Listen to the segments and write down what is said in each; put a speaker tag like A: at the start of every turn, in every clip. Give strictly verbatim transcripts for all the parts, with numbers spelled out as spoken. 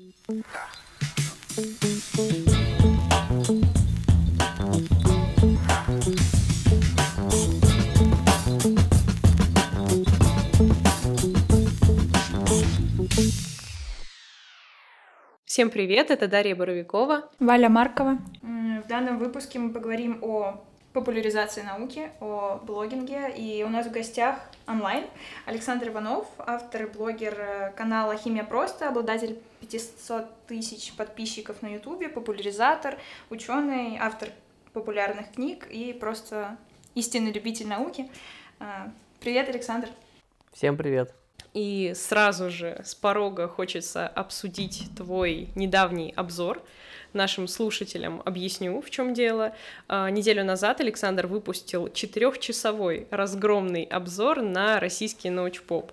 A: Всем привет, это Дарья Боровикова.
B: Валя Маркова.
C: В данном выпуске мы поговорим о популяризации науки, о блогинге, и у нас в гостях онлайн Александр Иванов, автор и блогер канала «Химия просто», обладатель пятисот тысяч подписчиков на ютубе, популяризатор, ученый, автор популярных книг и просто истинный любитель науки. Привет, Александр.
D: Всем привет.
A: И сразу же с порога хочется обсудить твой недавний обзор. Нашим слушателям объясню, в чем дело. Неделю назад Александр выпустил четырехчасовой разгромный обзор на российский научпоп.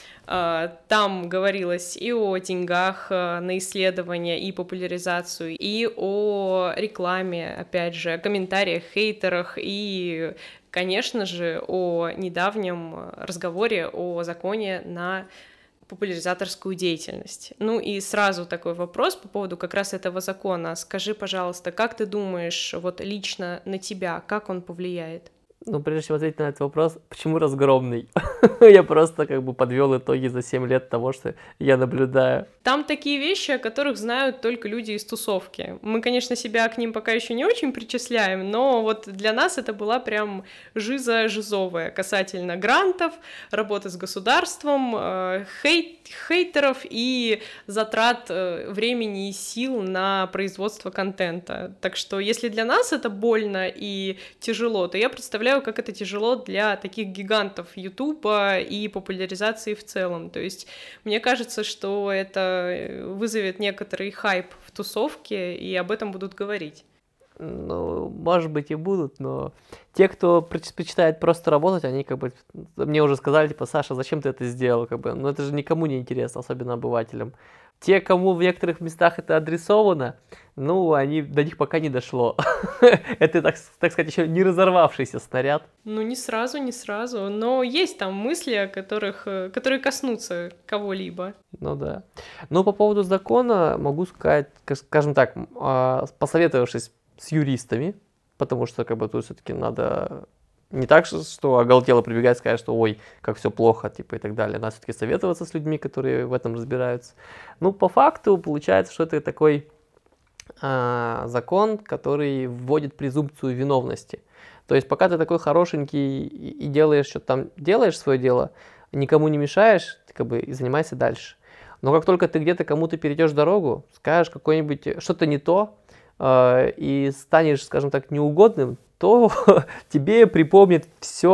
A: Там говорилось и о деньгах на исследования и популяризацию, и о рекламе, опять же, о комментариях, хейтерах, и, конечно же, о недавнем разговоре о законе на популяризаторскую деятельность. Ну и сразу такой вопрос по поводу как раз этого закона. Скажи, пожалуйста, как ты думаешь, вот лично на тебя, как он повлияет?
D: Ну, прежде чем ответить на этот вопрос, почему разгромный? Я просто как бы подвел итоги за семь лет того, что я наблюдаю.
A: Там такие вещи, о которых знают только люди из тусовки. Мы, конечно, себя к ним пока еще не очень причисляем, но вот для нас это была прям жиза жизовая касательно грантов, работы с государством, хейт, хейтеров и затрат времени и сил на производство контента. Так что если для нас это больно и тяжело, то я представляю, как это тяжело для таких гигантов Ютуба и популяризации в целом. То есть мне кажется, что это вызовет некоторый хайп в тусовке, и об этом будут говорить.
D: Ну, может быть и будут, но те, кто предпочитает просто работать, они как бы мне уже сказали, типа, Саша, зачем ты это сделал, как бы, ну это же никому не интересно, особенно обывателям. Те, кому в некоторых местах это адресовано, ну, они до них пока не дошло. Это, так, так сказать, еще не разорвавшийся снаряд.
A: Ну, не сразу, не сразу, но есть там мысли, о которых, которые коснутся кого-либо.
D: Ну да. Ну, по поводу закона могу сказать, скажем так, посоветовавшись с юристами, потому что как бы тут все-таки надо не так, что оголтело прибегать и сказать, что ой, как все плохо, типа и так далее. Надо все-таки советоваться с людьми, которые в этом разбираются. Ну, по факту получается, что это такой а, закон, который вводит презумпцию виновности. То есть пока ты такой хорошенький и, и делаешь что-то там, делаешь свое дело, никому не мешаешь, ты как бы и занимайся дальше. Но как только ты где-то кому-то перейдешь дорогу, скажешь какое-нибудь что-то не то, и станешь, скажем так, неугодным, то тебе припомнит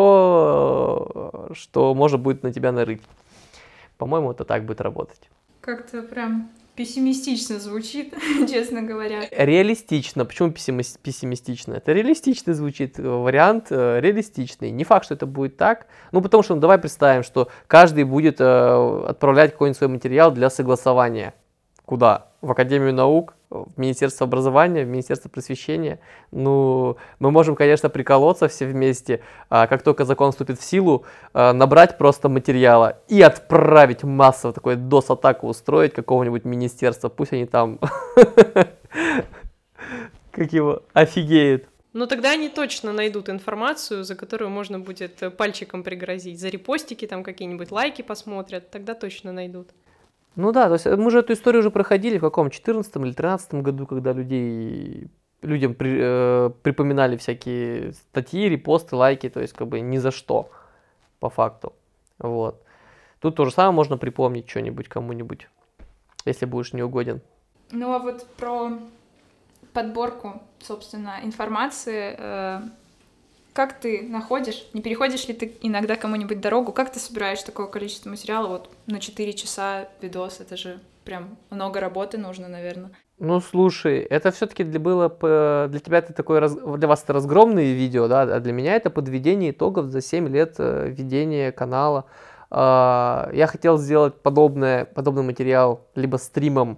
D: все, что может будет на тебя нарыть. По-моему, это так будет работать.
C: Как-то прям пессимистично звучит, честно говоря.
D: Реалистично. Почему пессимистично? Это реалистично звучит. Вариант реалистичный. Не факт, что это будет так. Ну, потому что ну, давай представим, что каждый будет э, отправлять какой-нибудь свой материал для согласования. Куда? В Академию наук, в Министерство образования, в Министерство просвещения. Ну, мы можем, конечно, приколоться все вместе, а как только закон вступит в силу, а, набрать просто материала и отправить массово такой дос-атаку устроить какого-нибудь министерства. Пусть они там как его офигеют.
A: Ну, тогда они точно найдут информацию, за которую можно будет пальчиком пригрозить. За репостики там какие-нибудь лайки посмотрят, тогда точно найдут.
D: Ну да, то есть мы же эту историю уже проходили в каком четырнадцатом или тринадцатом году, когда людей, людям при, э, припоминали всякие статьи, репосты, лайки, то есть как бы ни за что, по факту. Вот. Тут то же самое можно припомнить что-нибудь кому-нибудь, если будешь неугоден.
C: Ну а вот про подборку, собственно, информации, э, как ты находишь, не переходишь ли ты иногда кому-нибудь дорогу, как ты собираешь такое количество материала, вот на четыре часа видос, это же прям много работы нужно, наверное.
D: Ну, слушай, это все-таки для, было, для тебя это такое, для вас это разгромные видео, да, а для меня это подведение итогов за семь лет ведения канала. Я хотел сделать подобное, подобный материал либо стримом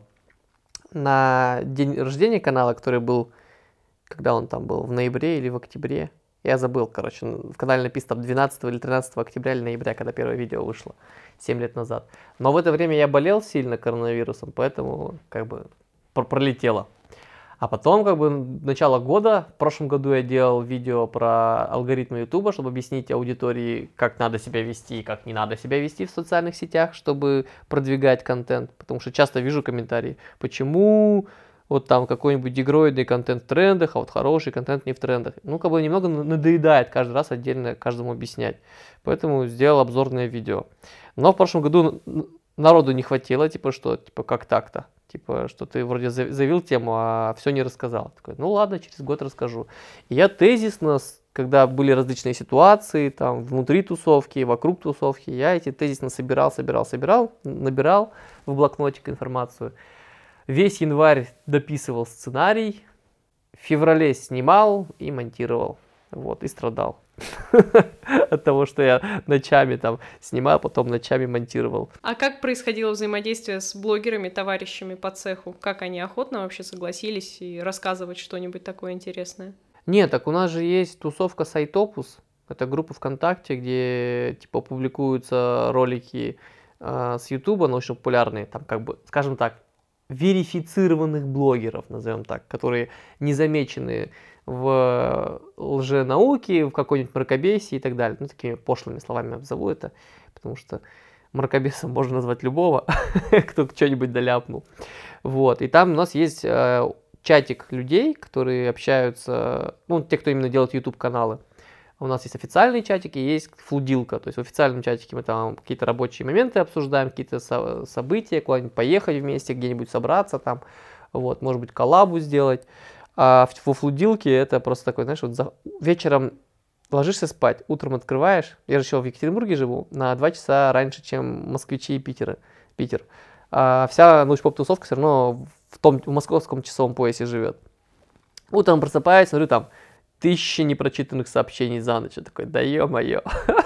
D: на день рождения канала, который был, когда он там был, в ноябре или в октябре. Я забыл, короче, в канале написано там двенадцатого или тринадцатого октября или ноября, когда первое видео вышло, семь лет назад. Но в это время я болел сильно коронавирусом, поэтому как бы пролетело. А потом, как бы, начало года, в прошлом году я делал видео про алгоритмы Ютуба, чтобы объяснить аудитории, как надо себя вести и как не надо себя вести в социальных сетях, чтобы продвигать контент. Потому что часто вижу комментарии, почему вот там какой-нибудь дегроидный контент в трендах, а вот хороший контент не в трендах. Ну, как бы немного надоедает каждый раз отдельно каждому объяснять. Поэтому сделал обзорное видео. Но в прошлом году народу не хватило, типа, что, типа, как так-то? Типа, что ты вроде заявил тему, а все не рассказал. Такой, ну ладно, через год расскажу. И я тезисно, когда были различные ситуации, там, внутри тусовки, вокруг тусовки, я эти тезисно собирал, собирал, собирал, набирал в блокнотик информацию. Весь январь дописывал сценарий, в феврале снимал и монтировал. Вот, и страдал от того, что я ночами там снимал, потом ночами монтировал.
A: А как происходило взаимодействие с блогерами, товарищами по цеху? Как они охотно вообще согласились и рассказывать что-нибудь такое интересное?
D: Нет, так у нас же есть тусовка Сайтопус. Это группа ВКонтакте, где типа публикуются ролики э, с Ютуба, но очень популярные, там как бы, скажем так, верифицированных блогеров, назовем так, которые не замечены в лженауке, в какой-нибудь мракобесии и так далее. Ну, такими пошлыми словами обзову это, потому что мракобесом можно назвать любого, кто что-нибудь доляпнул. Вот, и там у нас есть э, чатик людей, которые общаются, ну, те, кто именно делает YouTube-каналы. У нас есть официальные чатики, есть флудилка, то есть в официальном чатике мы там какие-то рабочие моменты обсуждаем, какие-то со- события, куда-нибудь поехать вместе, где-нибудь собраться там, вот, может быть, коллабу сделать. А во флудилке это просто такой, знаешь, вот за... вечером ложишься спать, утром открываешь, я же еще в Екатеринбурге живу, на два часа раньше, чем москвичи и Питера, Питер. А вся научпоп-тусовка все равно в том в московском часовом поясе живет. Утром просыпаюсь, смотрю, там тысячи непрочитанных сообщений за ночь. Я такой, да ё-моё,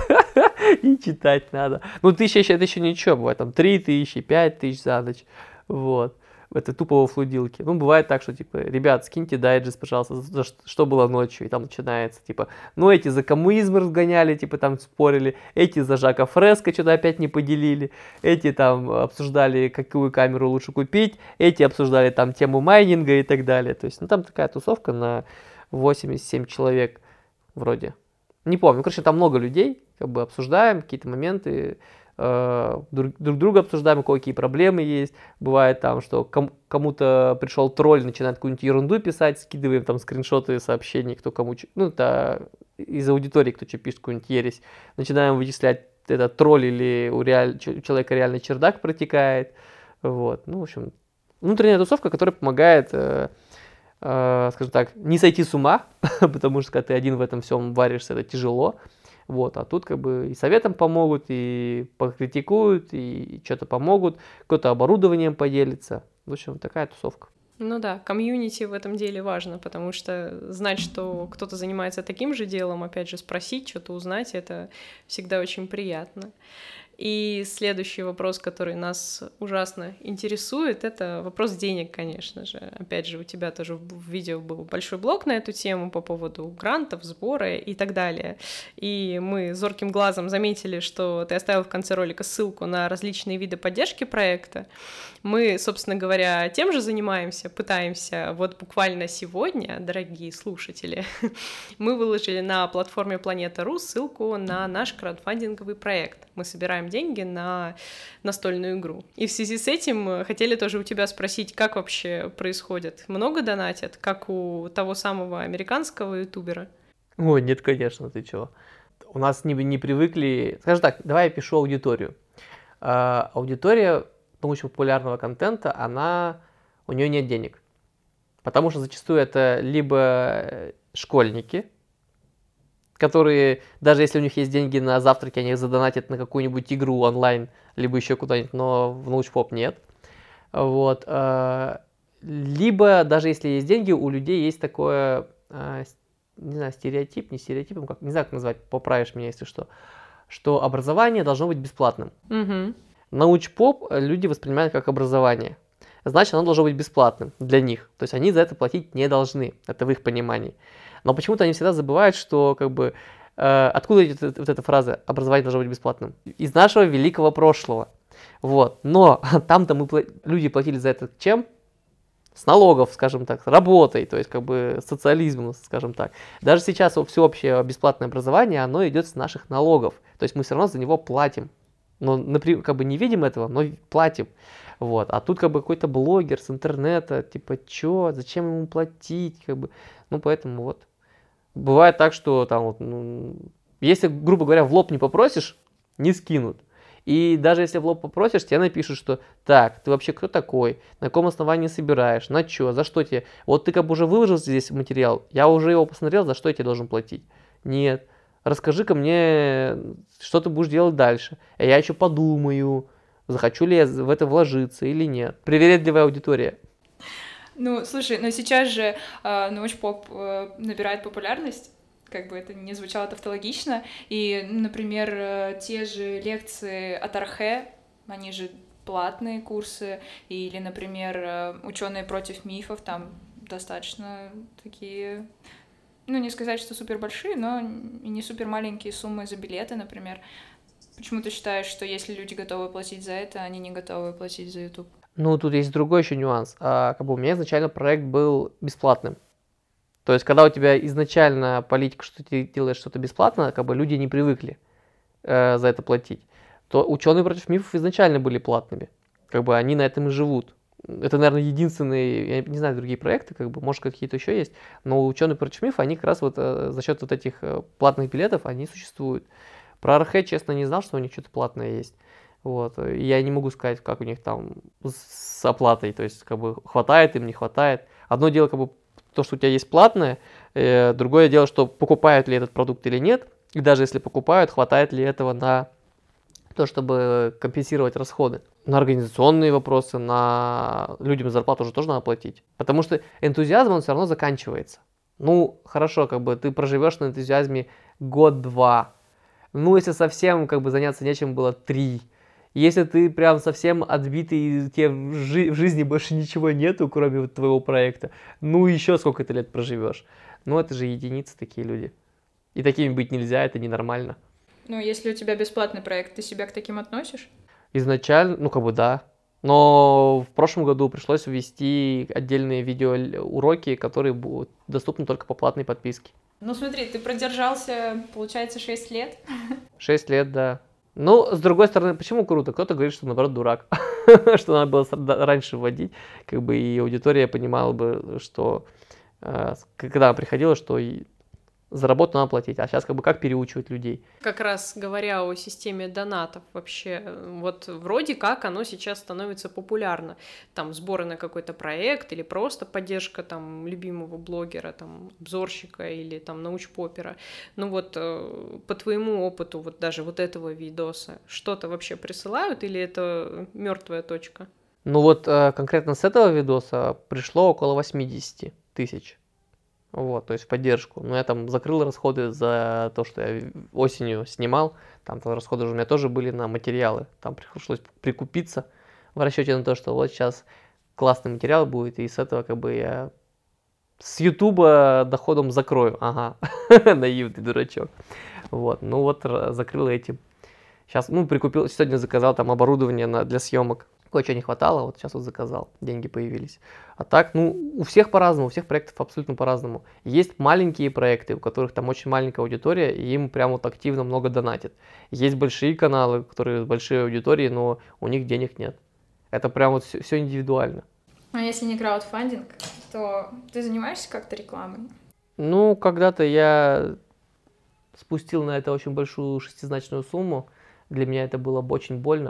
D: и читать надо. Ну, тысяча это еще ничего, бывает там три тысячи, пять тысяч за ночь, вот. Это тупо во флудилке. Ну, бывает так, что, типа, ребят, скиньте дайджест, пожалуйста, за что, что было ночью, и там начинается, типа, ну, эти за коммунизм разгоняли, типа, там спорили, эти за Жака Фреско что-то опять не поделили, эти там обсуждали, какую камеру лучше купить, эти обсуждали там тему майнинга и так далее. То есть, ну, там такая тусовка на восемьдесят семь человек вроде. Не помню, короче, там много людей, как бы обсуждаем какие-то моменты, э, друг, друг друга обсуждаем, какие проблемы есть. Бывает там, что ком- кому-то пришел тролль, начинает какую-нибудь ерунду писать, скидываем там скриншоты сообщений, кто кому, ну, это из аудитории, кто что пишет, какую-нибудь ересь. Начинаем вычислять, это тролль или у, реаль... у человека реальный чердак протекает. Вот, ну, в общем, внутренняя тусовка, которая помогает... Э, скажем так, не сойти с ума, потому что когда ты один в этом всем варишься, это тяжело. Вот, а тут как бы и советом помогут, и покритикуют, и что-то помогут, кто-то оборудованием поделится. В общем, такая тусовка.
A: Ну да, комьюнити в этом деле важно, потому что знать, что кто-то занимается таким же делом, опять же, спросить, что-то узнать, это всегда очень приятно. И следующий вопрос, который нас ужасно интересует, это вопрос денег, конечно же. Опять же, у тебя тоже в видео был большой блог на эту тему по поводу грантов, сбора и так далее. И мы зорким глазом заметили, что ты оставил в конце ролика ссылку на различные виды поддержки проекта. Мы, собственно говоря, тем же занимаемся, пытаемся. Вот буквально сегодня, дорогие слушатели, мы выложили на платформе Планета.ру ссылку на наш краудфандинговый проект. Мы собираем деньги на настольную игру. И в связи с этим хотели тоже у тебя спросить, как вообще происходит? Много донатят, как у того самого американского ютубера?
D: Ой, нет, конечно, ты чего. У нас не, не привыкли... Скажем так, давай я пишу аудиторию. А, аудитория научно-популярного контента, она... у нее нет денег. Потому что зачастую это либо школьники, которые, даже если у них есть деньги на завтраки, они их задонатят на какую-нибудь игру онлайн, либо еще куда-нибудь, но в научпоп нет. Вот. Либо, даже если есть деньги, у людей есть такое, не знаю, стереотип, не стереотип, как, не знаю, как назвать, поправишь меня, если что, что образование должно быть бесплатным.
A: Угу.
D: Научпоп люди воспринимают как образование. Значит, оно должно быть бесплатным для них. То есть они за это платить не должны. Это в их понимании. Но почему-то они всегда забывают, что как бы э, откуда идет вот эта фраза «образование должно быть бесплатным»? Из нашего великого прошлого. Вот. Но там-то мы пла- люди платили за это чем? С налогов, скажем так, с работой, то есть как бы социализмом, скажем так. Даже сейчас всеобщее бесплатное образование, оно идет с наших налогов. То есть мы все равно за него платим. Но, например, как бы не видим этого, но платим. Вот. А тут как бы какой-то блогер с интернета, типа, чё, зачем ему платить, как бы. Ну, поэтому вот. Бывает так, что там вот, ну, если, грубо говоря, в лоб не попросишь, не скинут. И даже если в лоб попросишь, тебе напишут, что так, ты вообще кто такой, на каком основании собираешь, на чё, за что тебе. Вот ты как бы уже выложил здесь материал, я уже его посмотрел, за что я тебе должен платить. Нет. Расскажи-ка мне, что ты будешь делать дальше. А я еще подумаю, захочу ли я в это вложиться или нет. Привередливая аудитория.
C: Ну, слушай, но сейчас же э, научпоп э, набирает популярность, как бы это ни звучало тавтологично, и, например, э, те же лекции от Архе, они же платные курсы, или, например, э, ученые против мифов, там достаточно такие, ну, не сказать, что супер большие, но и не супер маленькие суммы за билеты, например. Почему ты считаешь, что если люди готовы платить за это, они не готовы платить за YouTube?
D: Ну, тут есть другой еще нюанс. А, как бы у меня изначально проект был бесплатным. То есть, когда у тебя изначально политика, что ты делаешь что-то бесплатно, как бы люди не привыкли э, за это платить, то ученые против мифов изначально были платными. Как бы они на этом и живут. Это, наверное, единственные, я не знаю, другие проекты, как бы, может, какие-то еще есть, но ученые против мифов, они как раз вот э, за счет вот этих э, платных билетов, они существуют. Про Архе, честно, не знал, что у них что-то платное есть. Вот. И я не могу сказать, как у них там с оплатой, то есть, как бы, хватает им, не хватает. Одно дело, как бы, то, что у тебя есть платное, э, другое дело, что покупают ли этот продукт или нет, и даже если покупают, хватает ли этого на то, чтобы компенсировать расходы. На организационные вопросы, на людям зарплату уже тоже надо платить, потому что энтузиазм, он все равно заканчивается. Ну, хорошо, как бы ты проживешь на энтузиазме год-два, ну, если совсем как бы заняться нечем было три. Если ты прям совсем отбитый, и тебе в, жи- в жизни больше ничего нету, кроме вот твоего проекта, ну, еще сколько ты лет проживешь. Ну, это же единицы такие люди. И такими быть нельзя, это ненормально.
C: Ну, если у тебя бесплатный проект, ты себя к таким относишь?
D: Изначально, ну, как бы да. Но в прошлом году пришлось ввести отдельные видеоуроки, которые будут доступны только по платной подписке.
C: Ну, смотри, ты продержался, получается, шесть лет.
D: Шесть лет, да. Ну, с другой стороны, почему круто? Кто-то говорит, что, наоборот, дурак. Что надо было с- да- раньше вводить, как бы, и аудитория понимала бы, что э, с- когда она приходила, что и за работу надо платить. А сейчас как бы как переучивать людей?
A: Как раз говоря о системе донатов вообще, э, вот вроде как оно сейчас становится популярно. Там сборы на какой-то проект или просто поддержка там любимого блогера, там обзорщика или там научпопера. Ну вот э, по твоему опыту вот даже вот этого видоса что-то вообще присылают или это мертвая точка?
D: Ну вот э, конкретно с этого видоса пришло около восемьдесят тысяч. Вот, то есть в поддержку. Но я там закрыл расходы за то, что я осенью снимал. Там расходы же у меня тоже были на материалы. Там пришлось прикупиться в расчете на то, что вот сейчас классный материал будет, и с этого как бы я с Ютуба доходом закрою. Ага, наивный дурачок. Вот, ну вот р- закрыл этим. Сейчас, ну, прикупил, сегодня заказал там оборудование на, для съемок. Кое-чего не хватало, вот сейчас вот заказал, деньги появились. А так, ну, у всех по-разному, у всех проектов абсолютно по-разному. Есть маленькие проекты, у которых там очень маленькая аудитория, и им прям вот активно много донатят. Есть большие каналы, которые с большой аудиторией, но у них денег нет. Это прям вот все, все индивидуально.
C: А если не краудфандинг, то ты занимаешься как-то рекламой?
D: Ну, когда-то я спустил на это очень большую шестизначную сумму. Для меня это было бы очень больно.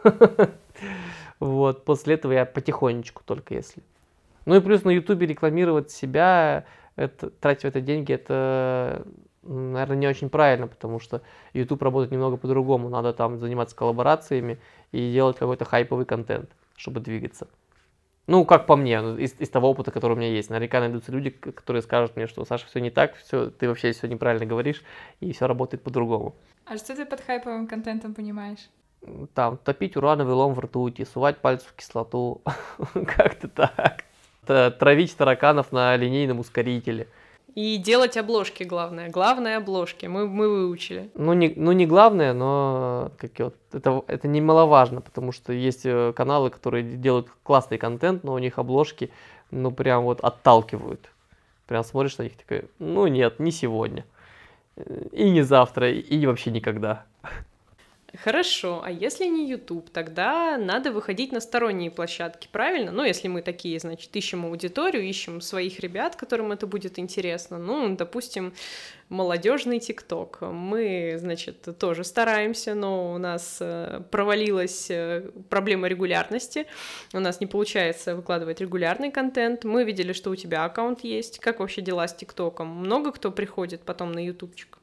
D: Вот, после этого я потихонечку только если. Ну и плюс на Ютубе рекламировать себя, это, тратить в это деньги, это, м, наверное, не очень правильно, потому что YouTube работает немного по-другому. Надо там заниматься коллаборациями и делать какой-то хайповый контент, чтобы двигаться. Ну, как по мне, ну, из, из того опыта, который у меня есть. Наверняка найдутся люди, к- которые скажут мне, что Саша, все не так, все, ты вообще все неправильно говоришь, и все работает по-другому.
C: А что ты под хайповым контентом понимаешь?
D: М, Там, топить урановый лом в ртути, сувать пальцы в кислоту, как-то так. Т- Травить тараканов на линейном ускорителе.
A: И делать обложки главное. Главное обложки. Мы, мы выучили.
D: Ну не, ну, не главное, но как вот, это, это немаловажно, потому что есть каналы, которые делают классный контент, но у них обложки, ну, прям вот отталкивают. Прям смотришь на них, такой, ну, нет, не сегодня. И не завтра, и вообще никогда.
A: Хорошо, а если не YouTube, тогда надо выходить на сторонние площадки, правильно? Ну, если мы такие, значит, ищем аудиторию, ищем своих ребят, которым это будет интересно. Ну, допустим, молодежный ТикТок. Мы, значит, тоже стараемся, но у нас провалилась проблема регулярности. У нас не получается выкладывать регулярный контент. Мы видели, что у тебя аккаунт есть. Как вообще дела с ТикТоком? Много кто приходит потом на ютубчик?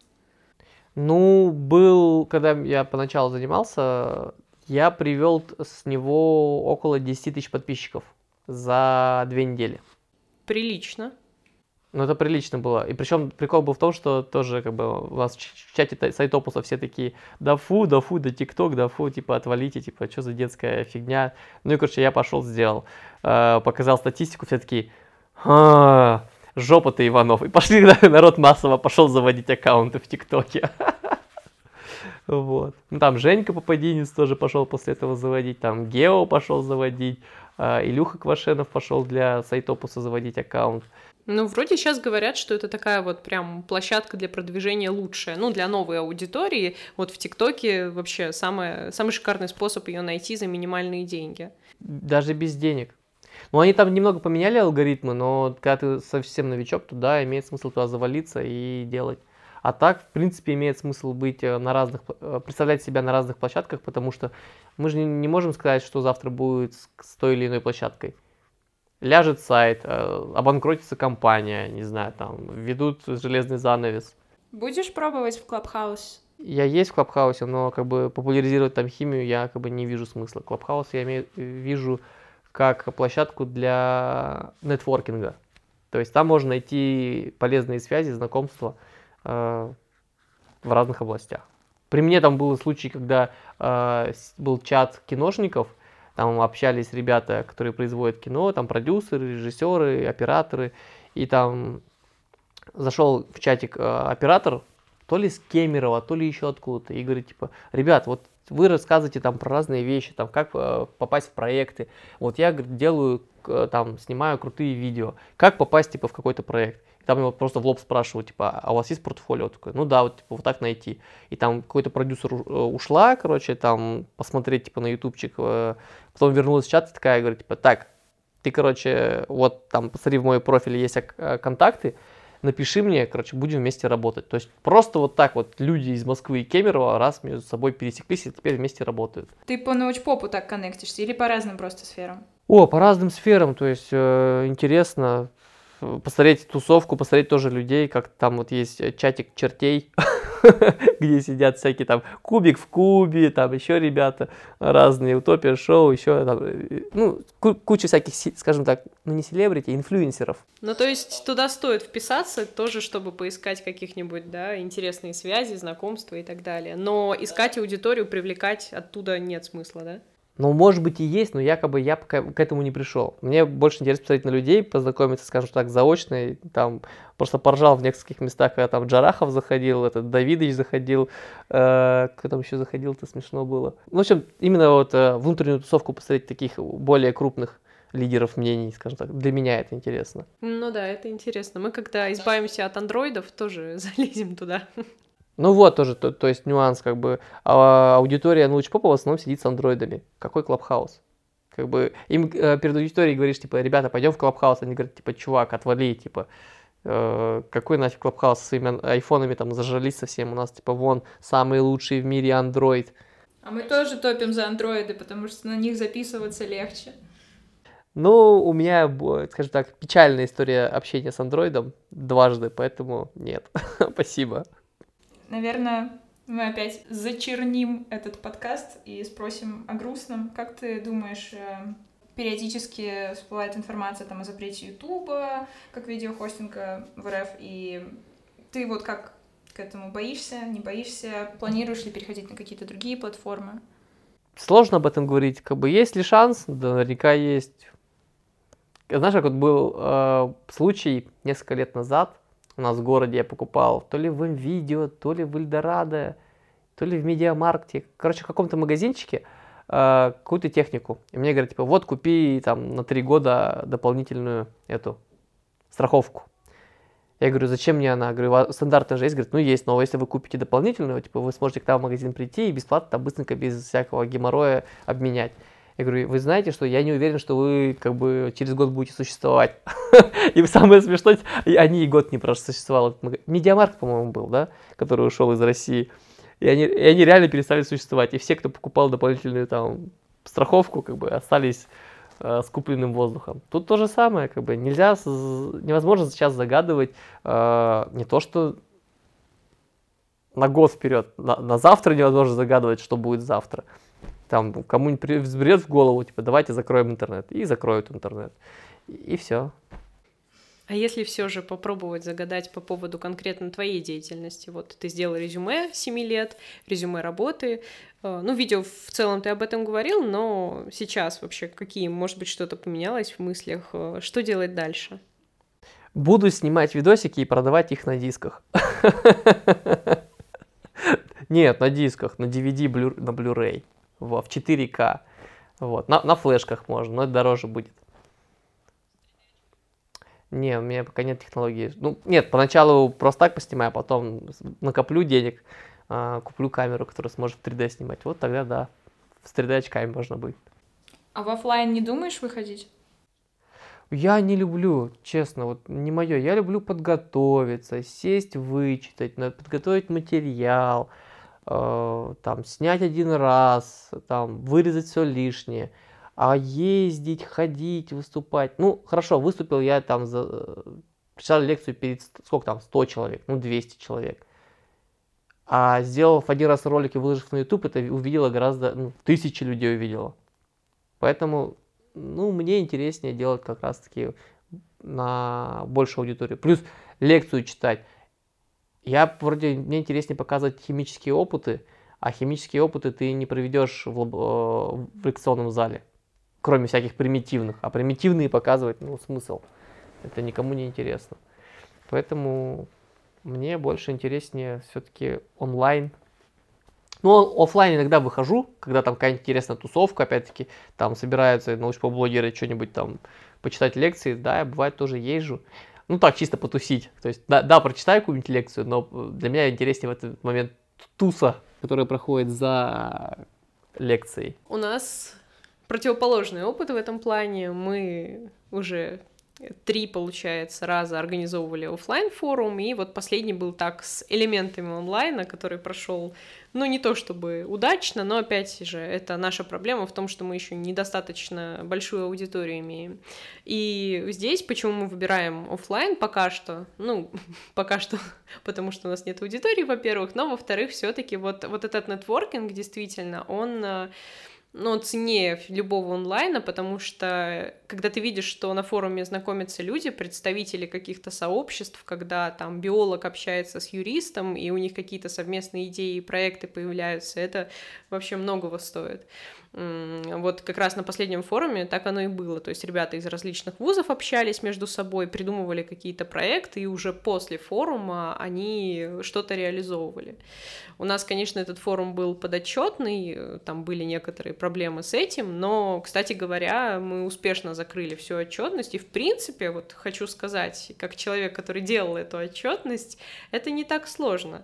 D: Ну, был, когда я поначалу занимался, я привел с него около десять тысяч подписчиков за две недели.
A: Прилично.
D: Ну, это прилично было. И причем прикол был в том, что тоже как бы у нас в чате Сайтопуса все такие, да фу, да фу, да ТикТок, да фу, типа отвалите, типа, что за детская фигня. Ну и, короче, я пошел, сделал, показал статистику, все такие, ха, жопа ты, Иванов. И пошли, народ массово пошел заводить аккаунты в ТикТоке. Вот. Ну, там Женька Попадинец тоже пошел после этого заводить, там Гео пошел заводить, Илюха Квашенов пошел для Сайтопуса заводить аккаунт.
A: Ну, вроде сейчас говорят, что это такая вот прям площадка для продвижения лучшая, ну, для новой аудитории. Вот в ТикТоке вообще самое, самый шикарный способ ее найти за минимальные деньги.
D: Даже без денег. Ну, они там немного поменяли алгоритмы, но когда ты совсем новичок, то да, имеет смысл туда завалиться и делать. А так, в принципе, имеет смысл быть на разных, представлять себя на разных площадках, потому что мы же не можем сказать, что завтра будет с той или иной площадкой. Ляжет сайт, обанкротится компания, не знаю, там, ведут железный занавес.
C: Будешь пробовать в Clubhouse?
D: Я есть в Clubhouse, но как бы популяризировать там химию я как бы не вижу смысла. Clubhouse я имею, вижу как площадку для нетворкинга. То есть там можно найти полезные связи, знакомства э, в разных областях. При мне там был случай, когда э, был чат киношников, там общались ребята, которые производят кино, там продюсеры, режиссеры, операторы, и там зашел в чатик э, оператор, то ли с Кемерово, то ли еще откуда-то, и говорит, типа, ребят, вот вы рассказываете там про разные вещи, там, как э, попасть в проекты, вот я, говорит, делаю, э, там, снимаю крутые видео, как попасть, типа, в какой-то проект. И там его просто в лоб спрашивают, типа, а у вас есть портфолио? Такой, ну да, вот, типа, вот так найти. И там какой-то продюсер ушла, короче, там, посмотреть, типа, на ютубчик, э, потом вернулась в чат и такая, говорит, типа, так, ты, короче, вот, там, посмотри, в мой профиль есть контакты, напиши мне, короче, будем вместе работать. То есть просто вот так вот люди из Москвы и Кемерово раз между собой пересеклись и теперь вместе работают.
C: Ты по научпопу так коннектишься или по разным просто сферам?
D: О, по разным сферам, то есть э, интересно посмотреть тусовку, посмотреть тоже людей, как там вот есть чатик чертей, где сидят всякие там Кубик в Кубе, там еще ребята разные, Утопия Шоу, еще там, ну, куча всяких, скажем так, ну не селебрити, инфлюенсеров.
A: Ну, то есть туда стоит вписаться тоже, чтобы поискать каких-нибудь, да, интересные связи, знакомства и так далее. Но искать аудиторию, привлекать оттуда нет смысла, да?
D: Ну, может быть и есть, но якобы я пока к этому не пришел. Мне больше интересно посмотреть на людей, познакомиться, скажем так, заочно. Там просто поржал в нескольких местах, когда там Джарахов заходил, этот Давидыч заходил, э, кто там еще заходил, это смешно было. В общем, именно вот э, внутреннюю тусовку посмотреть таких более крупных лидеров мнений, скажем так. Для меня это интересно.
A: Ну да, это интересно. Мы когда избавимся от андроидов, тоже залезем туда.
D: Ну вот тоже, то, то есть нюанс, как бы, а, аудитория научпопа в основном сидит с андроидами. Какой Клабхаус? Как бы им э, перед аудиторией говоришь, типа, ребята, пойдем в Клабхаус. Они говорят, типа, чувак, отвали, типа, э, какой нафиг Клабхаус, со своими айфонами там зажрались совсем. У нас, типа, вон, самый лучший в мире андроид.
C: А мы тоже топим за андроиды, потому что на них записываться легче.
D: Ну, у меня, скажем так, печальная история общения с андроидом дважды, поэтому нет, спасибо.
C: Наверное, мы опять зачерним этот подкаст и спросим о грустном. Как ты думаешь, периодически всплывает информация там о запрете Ютуба, как видеохостинга в РФ, и ты вот как к этому боишься, не боишься? Планируешь ли переходить на какие-то другие платформы?
D: Сложно об этом говорить. Как бы есть ли шанс? Да, наверняка есть. Знаешь, как вот был э, случай несколько лет назад, у нас в городе я покупал то ли в МВидео, то ли в Эльдорадо, то ли в Медиамаркте, короче, в каком-то магазинчике э, какую-то технику. И мне говорят, типа, вот купи там на три года дополнительную эту страховку. Я говорю, зачем мне она? Говорю, стандартная же есть. Говорит, ну есть, но если вы купите дополнительную, типа, вы сможете к нам в магазин прийти и бесплатно, там, быстренько, без всякого геморроя обменять. Я говорю, вы знаете, что я не уверен, что вы как бы через год будете существовать. И самое смешное, они и год не просуществовали. Медиамаркт, по-моему, был, да, который ушел из России. И они, и они реально перестали существовать. И все, кто покупал дополнительную там страховку, как бы остались э, с купленным воздухом. Тут то же самое, как бы нельзя, невозможно сейчас загадывать э, не то, что на год вперед, на, на завтра невозможно загадывать, что будет завтра. Там кому-нибудь взберет в голову, типа, давайте закроем интернет. И закроют интернет. И, и все.
A: А если все же попробовать загадать по поводу конкретно твоей деятельности? Вот ты сделал резюме семи лет, резюме работы. Ну, видео в целом ты об этом говорил, но сейчас вообще какие, может быть, что-то поменялось в мыслях? Что делать дальше?
D: Буду снимать видосики и продавать их на дисках. Нет, на дисках, на ди ви ди, на Blu-ray. В четыре ка. Вот. На, на флешках можно, но это дороже будет. Не, у меня пока нет технологии. Ну, нет, поначалу просто так поснимаю, а потом накоплю денег, э, куплю камеру, которая сможет в три дэ снимать. Вот тогда да, с три дэ очками можно будет.
C: А в офлайн не думаешь выходить?
D: Я не люблю, честно, вот не мое. Я люблю подготовиться, сесть, вычитать, подготовить материал, э, там, снять один раз, там, вырезать все лишнее. А ездить, ходить, выступать. Ну, хорошо, выступил я там, за... прочитал лекцию перед, сколько там, сто человек, ну, двести человек. А сделав один раз ролик и выложив на YouTube, это увидело гораздо, ну, тысячи людей увидело. Поэтому, ну, мне интереснее делать как раз-таки на большую аудиторию. Плюс лекцию читать. Я, вроде, мне интереснее показывать химические опыты, а химические опыты ты не проведешь в, лаб... в лекционном зале. Кроме всяких примитивных. А примитивные показывать, ну, смысл. Это никому не интересно. Поэтому мне больше интереснее все-таки онлайн. Ну, офлайн иногда выхожу, когда там какая-нибудь интересная тусовка, опять-таки, там собираются научпоп-блогеры, что-нибудь там, почитать лекции. Да, я бывает тоже езжу. Ну, так, чисто потусить. То есть, да, да, прочитаю какую-нибудь лекцию, но для меня интереснее в этот момент туса, которая проходит за лекцией.
A: У нас противоположный опыт в этом плане. Мы уже три, получается, раза организовывали офлайн форум, и вот последний был так с элементами онлайна, который прошел, ну, не то чтобы удачно, но, опять же, это наша проблема в том, что мы еще недостаточно большую аудиторию имеем. И здесь, почему мы выбираем офлайн пока что, ну, пока что, потому что у нас нет аудитории, во-первых, но, во-вторых, все-таки вот, вот этот нетворкинг, действительно, он... ну, ценнее любого онлайна, потому что когда ты видишь, что на форуме знакомятся люди, представители каких-то сообществ, когда там биолог общается с юристом, и у них какие-то совместные идеи и проекты появляются, это вообще многого стоит. Вот как раз на последнем форуме так оно и было, то есть ребята из различных вузов общались между собой, придумывали какие-то проекты, и уже после форума они что-то реализовывали. У нас, конечно, этот форум был подотчетный, там были некоторые проблемы с этим, но, кстати говоря, мы успешно закрыли всю отчетность, и в принципе, вот хочу сказать, как человек, который делал эту отчетность, это не так сложно.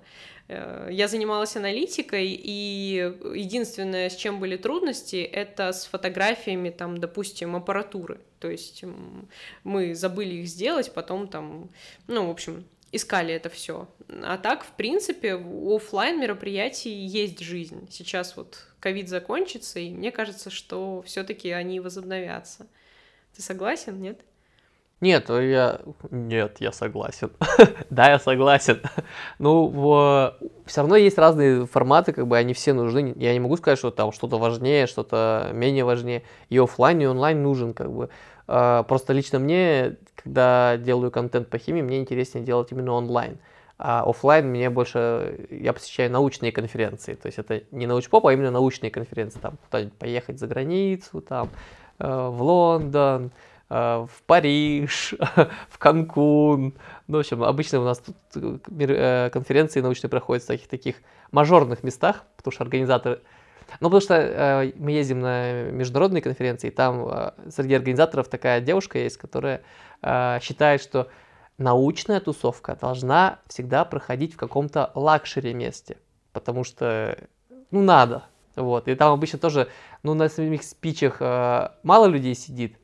A: Я занималась аналитикой, и единственное, с чем были трудности, это с фотографиями, там, допустим, аппаратуры. То есть мы забыли их сделать, потом там, ну, в общем, искали это все. А так, в принципе, у офлайн мероприятий есть жизнь. Сейчас вот ковид закончится, и мне кажется, что все-таки они возобновятся. Ты согласен, нет?
D: Нет, я... Нет, я согласен. Да, я согласен. Ну, в... все равно есть разные форматы, как бы они все нужны. Я не могу сказать, что там что-то важнее, что-то менее важнее. И офлайн, и онлайн нужен, как бы. Просто лично мне, когда делаю контент по химии, мне интереснее делать именно онлайн. А офлайн мне больше... Я посещаю научные конференции. То есть это не научпоп, а именно научные конференции. Там куда-нибудь поехать за границу, там, в Лондон, в Париж, в Канкун. Ну, в общем, обычно у нас тут конференции научные проходят в таких таких мажорных местах, потому что организаторы... Ну, потому что э, мы ездим на международные конференции, и там э, среди организаторов такая девушка есть, которая э, считает, что научная тусовка должна всегда проходить в каком-то лакшери месте, потому что, ну, надо. Вот. И там обычно тоже, ну, на самих спичах э, мало людей сидит.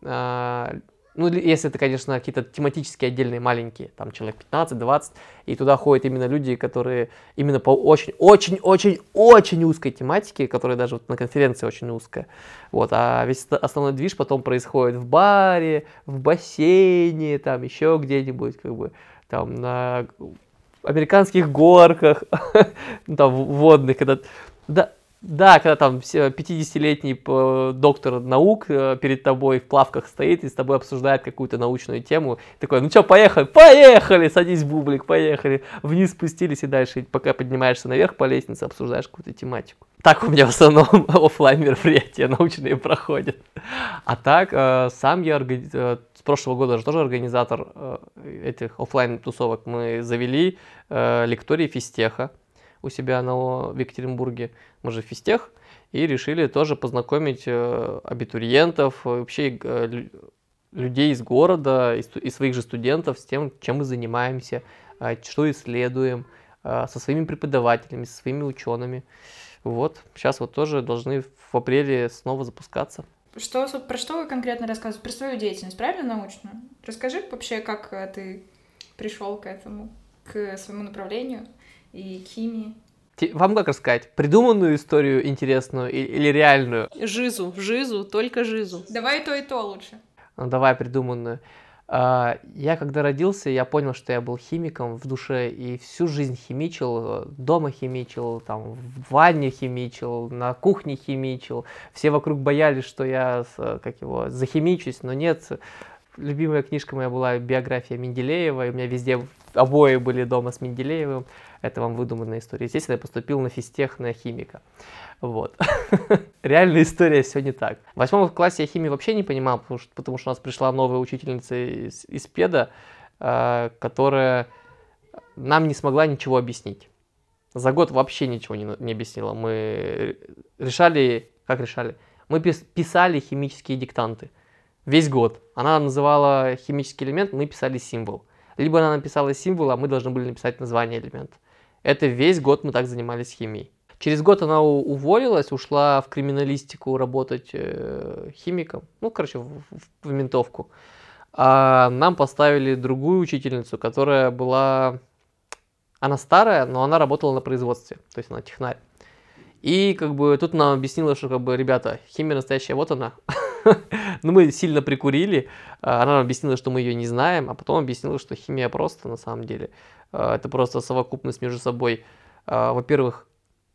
D: Э, ну, если это, конечно, какие-то тематические отдельные маленькие, там человек пятнадцать-двадцать, и туда ходят именно люди, которые именно по очень-очень-очень-очень узкой тематике, которая даже вот на конференции очень узкая. Вот. А весь основной движ потом происходит в баре, в бассейне, там еще где-нибудь, как бы, там на американских горках, там водных, когда... Да, Да, когда там пятидесятилетний доктор наук перед тобой в плавках стоит и с тобой обсуждает какую-то научную тему. Такой, ну что, поехали? Поехали! Садись, бублик, поехали. Вниз спустились и дальше, пока поднимаешься наверх по лестнице, обсуждаешь какую-то тематику. Так у меня в основном офлайн мероприятия научные проходят. А так, сам я органи... с прошлого года же тоже организатор этих офлайн тусовок. Мы завели лекторий физтеха у себя на, в Екатеринбурге. Мы же физтех, и решили тоже познакомить э, абитуриентов, вообще э, людей из города, и, и своих же студентов с тем, чем мы занимаемся, э, что исследуем, э, со своими преподавателями, со своими учеными. Вот, сейчас вот тоже должны в апреле снова запускаться.
C: Что, про что вы конкретно рассказываете? Про свою деятельность, правильно, научную? Расскажи вообще, как ты пришел к этому, к своему направлению и к химии.
D: Вам как рассказать? Придуманную историю интересную или реальную?
A: Жизу, жизу, только жизу.
C: Давай и то, и то лучше.
D: Ну, давай придуманную. Я когда родился, я понял, что я был химиком в душе и всю жизнь химичил, дома химичил, там, в ванне химичил, на кухне химичил. Все вокруг боялись, что я, как его, захимичусь, но нет. Любимая книжка моя была биография Менделеева, и у меня везде обои были дома с Менделеевым. Это вам выдуманная история. Естественно, я поступил на физтех, на химика. Вот. Реальная история все не так. В восьмом классе я химию вообще не понимал, потому что, потому что у нас пришла новая учительница из, из педа, э, которая нам не смогла ничего объяснить. За год вообще ничего не, не объяснила. Мы решали, как решали? Мы писали химические диктанты. Весь год. Она называла химический элемент, мы писали символ. Либо она написала символ, а мы должны были написать название элемента. Это весь год мы так занимались химией. Через год она уволилась, ушла в криминалистику работать э, химиком. Ну, короче, в, в, в ментовку. А нам поставили другую учительницу, которая была... Она старая, но она работала на производстве. То есть она технарь. И как бы тут нам объяснила, что как бы, ребята, химия настоящая, вот она. Но мы сильно прикурили. Она нам объяснила, что мы ее не знаем, а потом объяснила, что химия просто на самом деле. Это просто совокупность между собой, во-первых,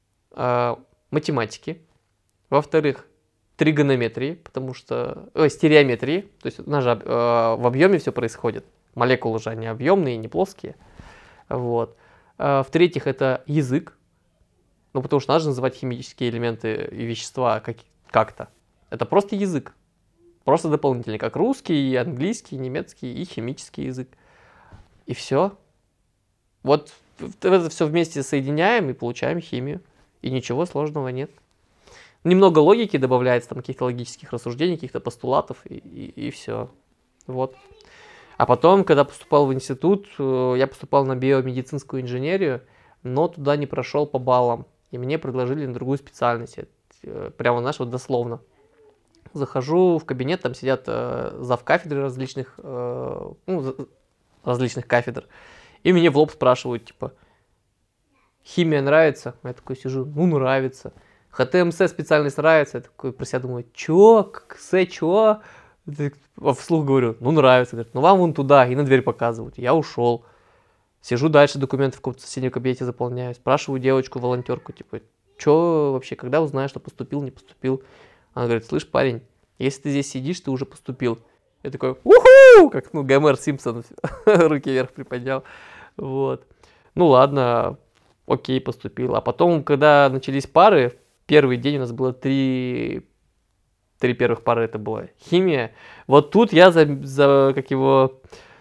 D: математики, во-вторых, тригонометрии, потому что... Ой, стереометрии, то есть у нас же в объеме все происходит. Молекулы же, они объемные, не плоские. Вот. В-третьих, это язык. Ну, потому что надо же называть химические элементы и вещества как- как-то. Это просто язык. Просто дополнительный, как русский, английский, немецкий и химический язык. И все. Вот это все вместе соединяем и получаем химию. И ничего сложного нет. Немного логики добавляется, там каких-то логических рассуждений, каких-то постулатов, и, и, и все. Вот. А потом, когда поступал в институт, я поступал на биомедицинскую инженерию, но туда не прошел по баллам. И мне предложили на другую специальность. Прямо, знаешь, вот дословно. Захожу в кабинет, там сидят э, завкафедры различных, э, ну, различных кафедр. И мне в лоб спрашивают, типа, химия нравится? Я такой сижу, ну, нравится. ХТМС специальность нравится? Я такой про себя думаю, чё, КС, чё? А вслух говорю, ну, нравится. Говорят, ну, вам вон туда, и на дверь показывают. Я ушел. Сижу дальше, документы в каком-то соседнем кабинете заполняю. Спрашиваю девочку, волонтерку, типа, чё вообще, когда узнаешь, что поступил, не поступил? Она говорит, слышь, парень, если ты здесь сидишь, ты уже поступил. Я такой, уху, как, ну, Гомер Симпсон, руки вверх приподнял. Вот. Ну, ладно, окей, поступил. А потом, когда начались пары, первый день у нас было три три первых пары это была химия. Вот тут я за, за как его,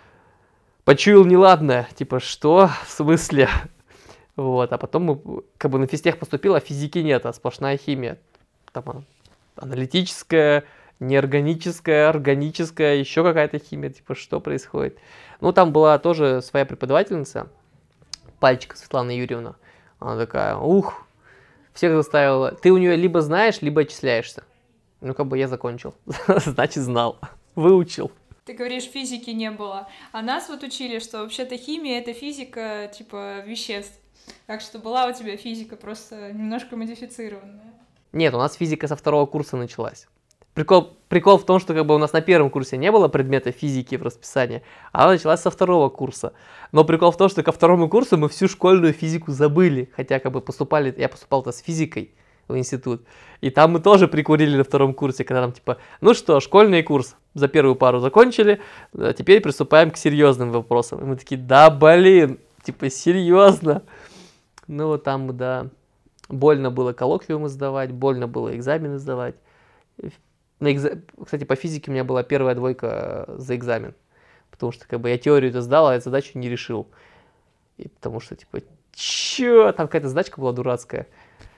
D: почуял неладное. Типа, что? В смысле? Вот, а потом мы, как бы на физтех поступил, а физики нет, а сплошная химия. Там аналитическая, неорганическая, органическая, еще какая-то химия, типа, что происходит? Ну, там была тоже своя преподавательница, Пальчика Светлана Юрьевна. Она такая, ух, всех заставила. Ты у нее либо знаешь, либо отчисляешься. Ну, как бы я закончил. Значит, знал. Выучил.
C: Ты говоришь, физики не было. А нас вот учили, что вообще-то химия — это физика, типа, веществ. Так что была у тебя физика, просто немножко модифицированная.
D: Нет, у нас физика со второго курса началась. Прикол, прикол в том, что как бы у нас на первом курсе не было предмета физики в расписании, а она началась со второго курса. Но прикол в том, что ко второму курсу мы всю школьную физику забыли, хотя как бы поступали, я поступал-то с физикой в институт, и там мы тоже прикурили на втором курсе, когда нам типа, ну что, школьный курс за первую пару закончили, а теперь приступаем к серьезным вопросам. И мы такие, да блин, типа серьезно. Ну вот там, да, больно было коллоквиумы сдавать, больно было экзамены сдавать. На экза... Кстати, по физике у меня была первая двойка за экзамен, потому что как бы я теорию-то сдал, а я задачу не решил. И потому что, типа, чё? Там какая-то задачка была дурацкая,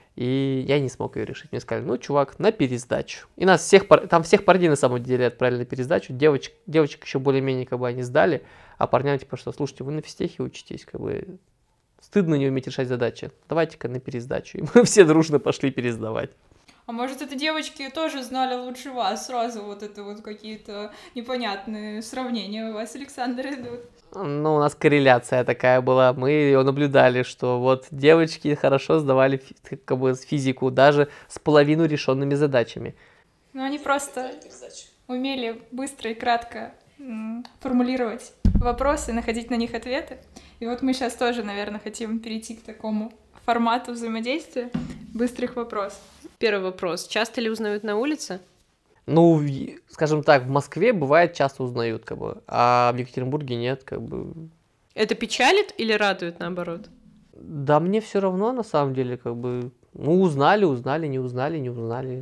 D: и я не смог ее решить. Мне сказали, ну, чувак, на пересдачу. И нас всех, пар... там всех парней на самом деле отправили на пересдачу, девочек, девочек еще более-менее как бы они сдали, а парням типа, что, слушайте, вы на физтехе учитесь, как бы... Стыдно не уметь решать задачи. Давайте-ка на пересдачу. И мы все дружно пошли пересдавать.
C: А может, это девочки тоже знали лучше вас? Сразу вот это вот какие-то непонятные сравнения у вас, Александр, идут.
D: Ну, у нас корреляция такая была. Мы ее наблюдали, что вот девочки хорошо сдавали как бы физику, даже с половину решенными задачами.
C: Ну, они просто умели быстро и кратко м- формулировать вопросы, находить на них ответы. И вот мы сейчас тоже, наверное, хотим перейти к такому формату взаимодействия быстрых вопросов.
A: Первый вопрос. Часто ли узнают на улице?
D: Ну, скажем так, в Москве бывает часто узнают, как бы, а в Екатеринбурге нет, как бы.
A: Это печалит или радует, наоборот?
D: Да мне все равно, на самом деле, как бы, ну, узнали, узнали, не узнали, не узнали.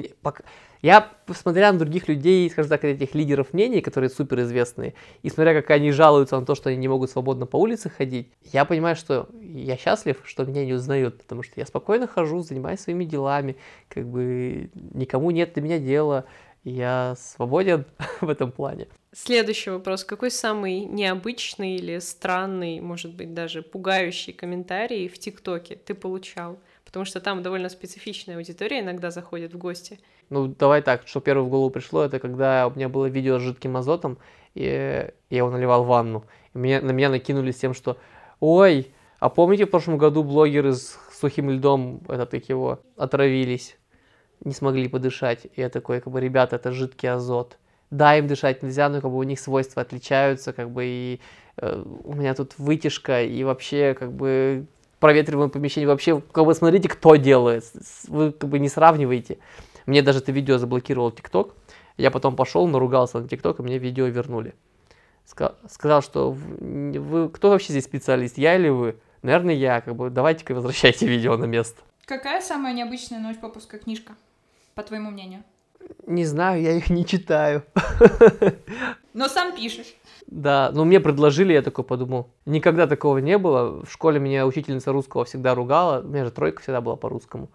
D: Я, смотря на других людей, скажем так, этих лидеров мнений, которые суперизвестные, и смотря, как они жалуются на то, что они не могут свободно по улице ходить, я понимаю, что я счастлив, что меня не узнают, потому что я спокойно хожу, занимаюсь своими делами, как бы никому нет до меня дела, я свободен в этом плане.
A: Следующий вопрос. Какой самый необычный или странный, может быть, даже пугающий комментарий в ТикТоке ты получал? Потому что там довольно специфичная аудитория иногда заходит в гости.
D: Ну, давай так, что первое в голову пришло, это когда у меня было видео с жидким азотом, и я его наливал в ванну. И меня, на меня накинулись тем, что «Ой, а помните, в прошлом году блогеры с сухим льдом, этот, как его, отравились, не смогли подышать?» И я такой, как бы, ребята, это жидкий азот. Да, им дышать нельзя, но как бы у них свойства отличаются, как бы, и э, у меня тут вытяжка, и вообще, как бы... проветриваемое помещение, вообще, как бы, смотрите, кто делает, вы, как бы, не сравниваете. Мне даже это видео заблокировал ТикТок, я потом пошел, наругался на ТикТок, и мне видео вернули. Сказал, что вы, вы, кто вообще здесь специалист, я или вы? Наверное, я, как бы, давайте-ка возвращайте видео на место.
C: Какая самая необычная ночь попуска книжка, по твоему мнению?
D: Не знаю, я их не читаю.
C: Но сам пишешь.
D: Да, но мне предложили, я такой подумал, никогда такого не было. В школе меня учительница русского всегда ругала, у меня же тройка всегда была по-русскому.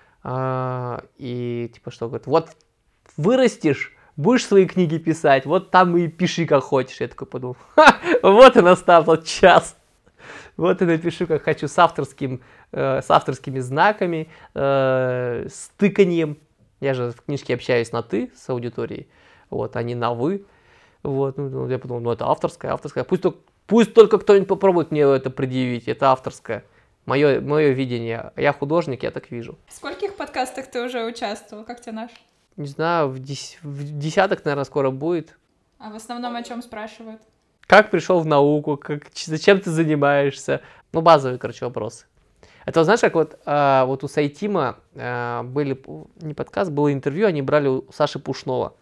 D: А, и типа что, говорит, вот вырастешь, будешь свои книги писать, вот там и пиши как хочешь. Я такой подумал, ха, вот и настал тот час. Вот и напишу, как хочу, с, авторским, э, с авторскими знаками, э, с тыканьем. Я же в книжке общаюсь на «ты» с аудиторией, вот, а не на «вы». Вот, ну, я подумал, ну это авторская, авторская. Пусть, пусть только кто-нибудь попробует мне это предъявить, это авторское. Мое, мое видение. Я художник, я так вижу.
C: В скольких подкастах ты уже участвовал? Как тебе наш?
D: Не знаю, в, дес... в десяток, наверное, скоро будет.
C: А в основном о чем спрашивают?
D: Как пришел в науку, как, зачем ты занимаешься? Ну, базовые, короче, вопросы. Это, знаешь, как вот, а, вот у Сайтима а, были, не подкаст, было интервью, они брали у Саши Пушного.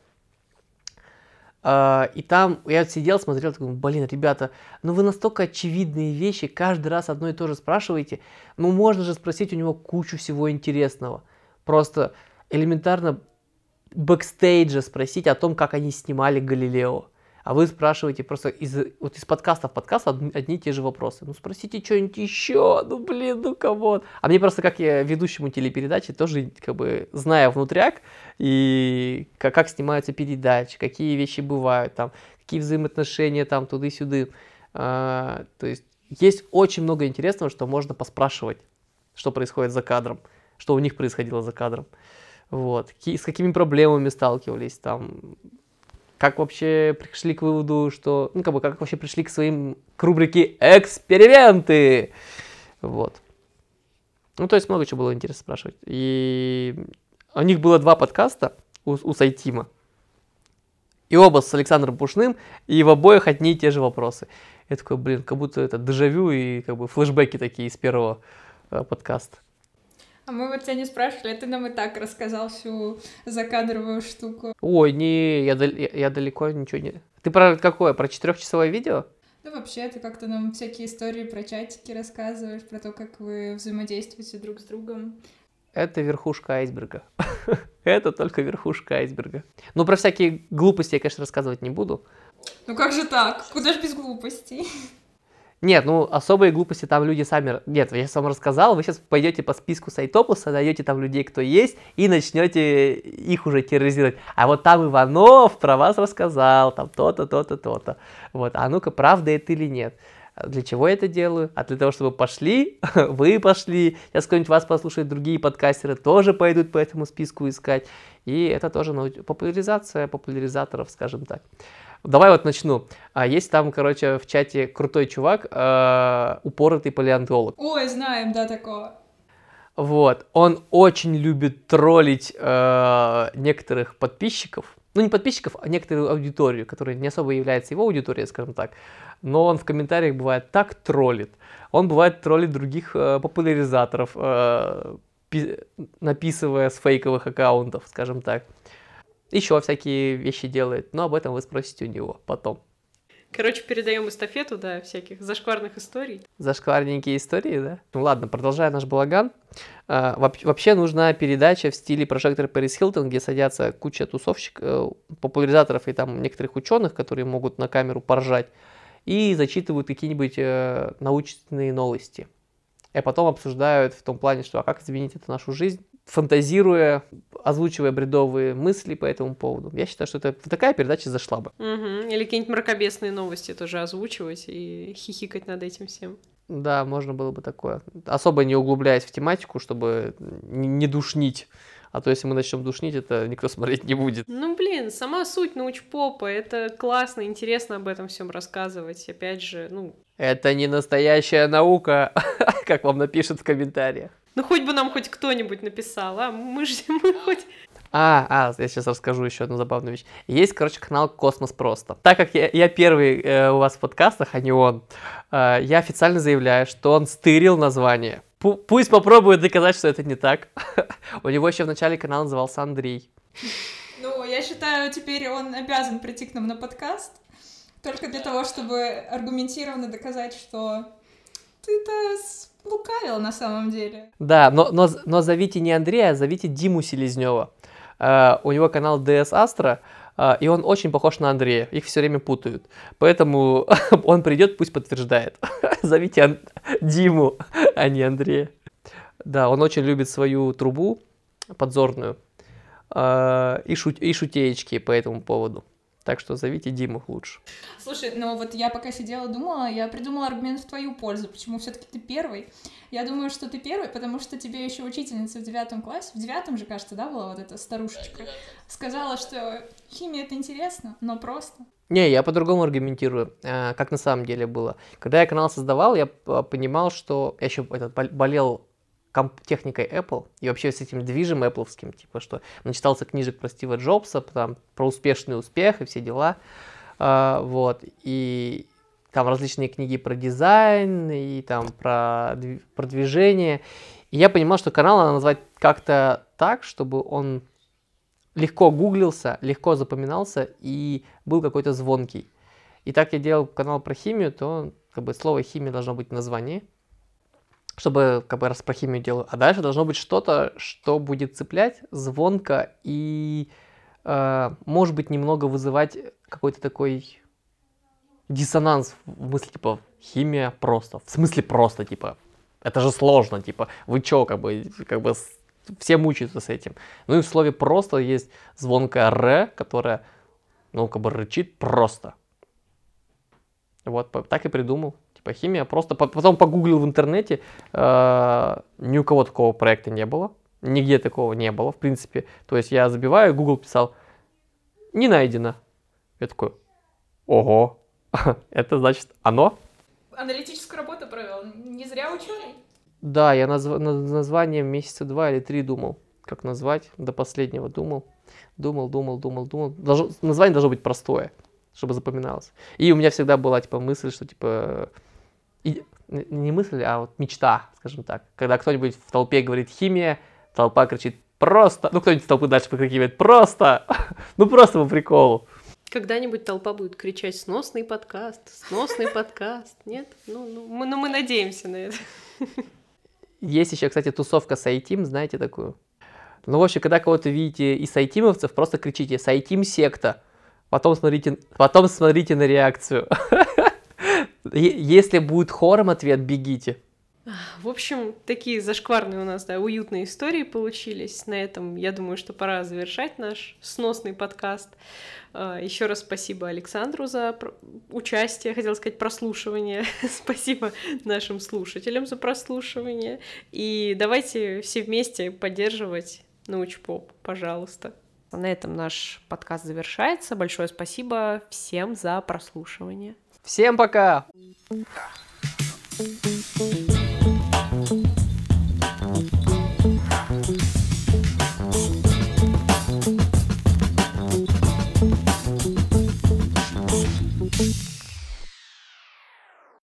D: Uh, и там я сидел, смотрел, такой, блин, ребята, ну вы настолько очевидные вещи, каждый раз одно и то же спрашиваете, ну можно же спросить у него кучу всего интересного. Просто элементарно бэкстейджа спросить о том, как они снимали «Галилео». А вы спрашиваете просто из, вот из подкаста в подкаст одни, одни и те же вопросы. Ну, спросите что-нибудь еще, ну, блин, ну, камон. А мне просто, как я ведущему телепередачи, тоже, как бы, зная внутряк, и как, как снимаются передачи, какие вещи бывают, там, какие взаимоотношения, там, туды-сюды. А, то есть, есть очень много интересного, что можно поспрашивать, что происходит за кадром, что у них происходило за кадром. Вот. С какими проблемами сталкивались, там... Как вообще пришли к выводу, что... Ну, как бы, как вообще пришли к своим... К рубрике «Эксперименты». Вот. Ну, то есть, много чего было интересно спрашивать. И у них было два подкаста у, у Сайтима. И оба с Александром Пушным, и в обоих одни и те же вопросы. Я такой, блин, как будто это дежавю и как бы флешбеки такие из первого э, подкаста.
C: А мы вот тебя не спрашивали, а ты нам и так рассказал всю закадровую штуку.
D: Ой, не, я, я, я далеко ничего не... Ты про какое? Про четырехчасовое видео?
C: Да вообще, ты как-то нам всякие истории про чатики рассказываешь, про то, как вы взаимодействуете друг с другом.
D: Это верхушка айсберга. Это только верхушка айсберга. Ну, про всякие глупости я, конечно, рассказывать не буду.
C: Ну как же так? Куда ж без глупостей?
D: Нет, ну, особые глупости там люди сами... Нет, я сам рассказал, вы сейчас пойдете по списку Сайтопуса, найдете там людей, кто есть, и начнете их уже терроризировать. А вот там Иванов про вас рассказал, там то-то, то-то, то-то. Вот, а ну-ка, правда это или нет? Для чего я это делаю? А для того, чтобы пошли, вы пошли, сейчас кто-нибудь вас послушает, другие подкастеры тоже пойдут по этому списку искать. И это тоже ну, популяризация популяризаторов, скажем так. Давай вот начну. Есть там, короче, в чате крутой чувак, э, упоротый палеонтолог.
C: Ой, знаем, да, такого.
D: Вот, он очень любит троллить э, некоторых подписчиков. Ну, не подписчиков, а некоторую аудиторию, которая не особо является его аудиторией, скажем так. Но он в комментариях бывает так троллит. Он бывает троллит других э, популяризаторов, э, пи- написывая с фейковых аккаунтов, скажем так. Еще всякие вещи делает, но об этом вы спросите у него потом.
A: Короче, передаем эстафету, да, всяких зашкварных историй.
D: Зашкварненькие истории, да? Ну ладно, продолжая наш балаган. А, вообще нужна передача в стиле прожектора Пэрис Хилтон, где садятся куча тусовщиков, популяризаторов и там некоторых ученых, которые могут на камеру поржать, и зачитывают какие-нибудь э, научные новости. И потом обсуждают в том плане, что а как изменить это нашу жизнь, фантазируя, озвучивая бредовые мысли по этому поводу. Я считаю, что это такая передача зашла бы.
A: Угу. Или какие-нибудь мракобесные новости тоже озвучивать и хихикать над этим всем.
D: Да, можно было бы такое. Особо не углубляясь в тематику, чтобы не душнить. А то если мы начнем душнить, это никто смотреть не будет.
A: Ну, блин, сама суть научпопа. Это классно, интересно об этом всем рассказывать. Опять же, ну...
D: Это не настоящая наука, как вам напишут в комментариях.
A: Ну, хоть бы нам хоть кто-нибудь написал, а? Мы же мы хоть...
D: А, а, я сейчас расскажу еще одну забавную вещь. Есть, короче, канал «Космос просто». Так как я, я первый э, у вас в подкастах, а не он, э, я официально заявляю, что он стырил название. Пу- пусть попробует доказать, что это не так. У него еще в начале канал назывался Андрей.
C: Ну, я считаю, теперь он обязан прийти к нам на подкаст, только для того, чтобы аргументированно доказать, что ты-то лукавил на самом деле.
D: Да, но, но, но зовите не Андрея, а зовите Диму Селезнева. Uh, у него канал ди эс Astra, uh, и он очень похож на Андрея. Их все время путают. Поэтому он придет, пусть подтверждает. Зовите Ан- Диму, а не Андрея. Да, он очень любит свою трубу подзорную uh, и, шут- и шутеечки по этому поводу. Так что зовите Диму лучше.
C: Слушай, ну вот я пока сидела, думала, я придумала аргумент в твою пользу, почему все-таки ты первый. Я думаю, что ты первый, потому что тебе еще учительница в девятом классе, в девятом же, кажется, да, была вот эта старушечка, сказала, что химия — это интересно, но просто.
D: Не, я по-другому аргументирую, как на самом деле было. Когда я канал создавал, я понимал, что я еще этот, болел комп- техникой Apple и вообще с этим движем Apple'овским, типа что начитался книжек про Стива Джобса, там, про успешный успех и все дела, а, вот, и там различные книги про дизайн и там про продвижение, и я понимал, что канал надо назвать как-то так, чтобы он легко гуглился, легко запоминался и был какой-то звонкий. И так я делал канал про химию, то как бы слово химия должно быть в названии, чтобы как бы раз про химию делаю. А дальше должно быть что-то, что будет цеплять звонко и э, может быть, немного вызывать какой-то такой диссонанс в мысли, типа, химия просто. В смысле просто, типа, это же сложно, типа, вы чё, как бы, как бы все мучаются с этим. Ну и в слове просто есть звонкое р, которое, ну, как бы рычит просто. Вот, так и придумал. Типа, химия просто. Потом погуглил в интернете, э, ни у кого такого проекта не было. Нигде такого не было, в принципе. То есть я забиваю, Google писал, не найдено. Я такой, ого, это значит оно?
C: Аналитическую работу провел, не зря ученый.
D: Да, я назв... над названием месяца два или три думал, как назвать, до последнего думал. Думал, думал, думал, думал. Должно... Название должно быть простое, чтобы запоминалось. И у меня всегда была, типа, мысль, что, типа, и... не мысль, а вот мечта, скажем так. Когда кто-нибудь в толпе говорит «химия», толпа кричит «просто», ну, кто-нибудь из толпы дальше покрикивает «просто», ну, просто по приколу.
A: Когда-нибудь толпа будет кричать «сносный подкаст», «сносный подкаст», нет? Ну, ну, мы, ну, мы надеемся на это.
D: Есть еще, кстати, тусовка Сайтим, знаете такую? Ну, в общем, когда кого-то видите из сайтимовцев, просто кричите «Сайтим секта», потом смотрите, потом смотрите на реакцию. Если будет хором ответ, бегите.
A: В общем, такие зашкварные у нас, да, уютные истории получились. На этом, я думаю, что пора завершать наш сносный подкаст. Еще раз спасибо Александру за участие, хотела сказать, прослушивание. Спасибо нашим слушателям за прослушивание. И давайте все вместе поддерживать научпоп, пожалуйста. На этом наш подкаст завершается. Большое спасибо всем за прослушивание.
D: Всем пока!
B: Thank you.